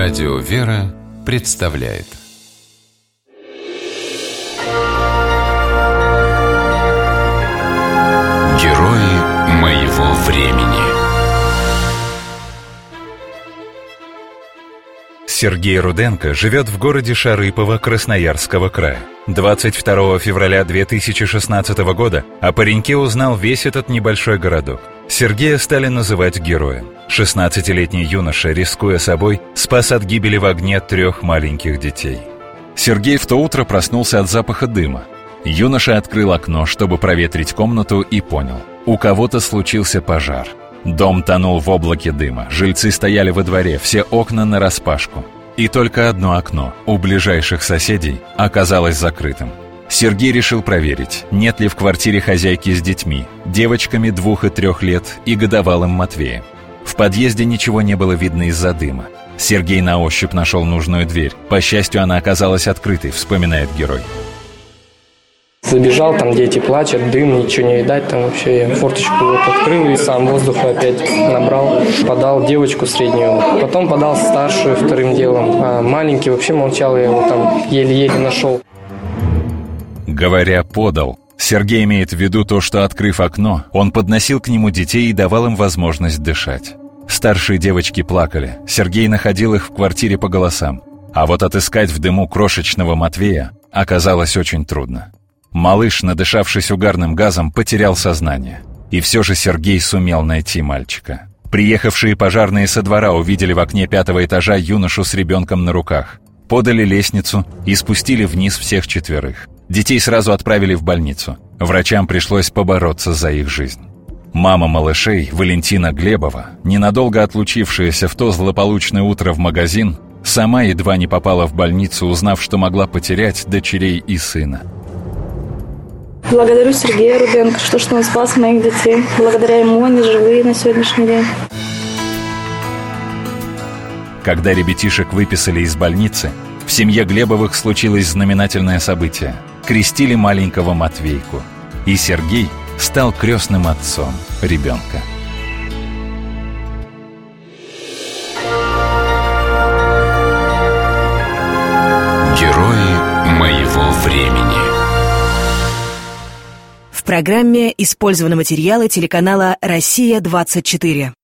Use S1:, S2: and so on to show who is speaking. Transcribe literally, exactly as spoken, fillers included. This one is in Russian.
S1: Радио «Вера» представляет Герои моего времени.
S2: Сергей Руденко живет в городе Шарыпово Красноярского края. двадцать второго февраля две тысячи шестнадцатого года о пареньке узнал весь этот небольшой городок. Сергея стали называть героем. шестнадцатилетний юноша, рискуя собой, спас от гибели в огне трех маленьких детей. Сергей в то утро проснулся от запаха дыма. Юноша открыл окно, чтобы проветрить комнату, и понял – у кого-то случился пожар. Дом тонул в облаке дыма, жильцы стояли во дворе, все окна нараспашку. И только одно окно у ближайших соседей оказалось закрытым. Сергей решил проверить, нет ли в квартире хозяйки с детьми, девочками двух и трех лет и годовалым Матвеем. В подъезде ничего не было видно из-за дыма. Сергей на ощупь нашел нужную дверь. По счастью, она оказалась открытой, вспоминает герой.
S3: Забежал, там дети плачут, дым, ничего не видать, там вообще я форточку вот открыл и сам воздуха опять набрал, подал девочку среднюю, потом подал старшую вторым делом, а маленький вообще молчал, я его там еле-еле нашел.
S2: Говоря «подал», Сергей имеет в виду то, что, открыв окно, он подносил к нему детей и давал им возможность дышать. Старшие девочки плакали, Сергей находил их в квартире по голосам, а вот отыскать в дыму крошечного Матвея оказалось очень трудно. Малыш, надышавшись угарным газом, потерял сознание. И все же Сергей сумел найти мальчика. Приехавшие пожарные со двора увидели в окне пятого этажа юношу с ребенком на руках. Подали лестницу и спустили вниз всех четверых. Детей сразу отправили в больницу. Врачам пришлось побороться за их жизнь. Мама малышей, Валентина Глебова, ненадолго отлучившаяся в то злополучное утро в магазин, сама едва не попала в больницу, узнав, что могла потерять дочерей и сына.
S4: Благодарю Сергея Руденко, что, что он спас моих детей. Благодаря ему они живые на сегодняшний день.
S2: Когда ребятишек выписали из больницы, в семье Глебовых случилось знаменательное событие. Крестили маленького Матвейку. И Сергей стал крестным отцом ребенка.
S1: Герои моего времени.
S5: В программе использованы материалы телеканала «Россия двадцать четыре».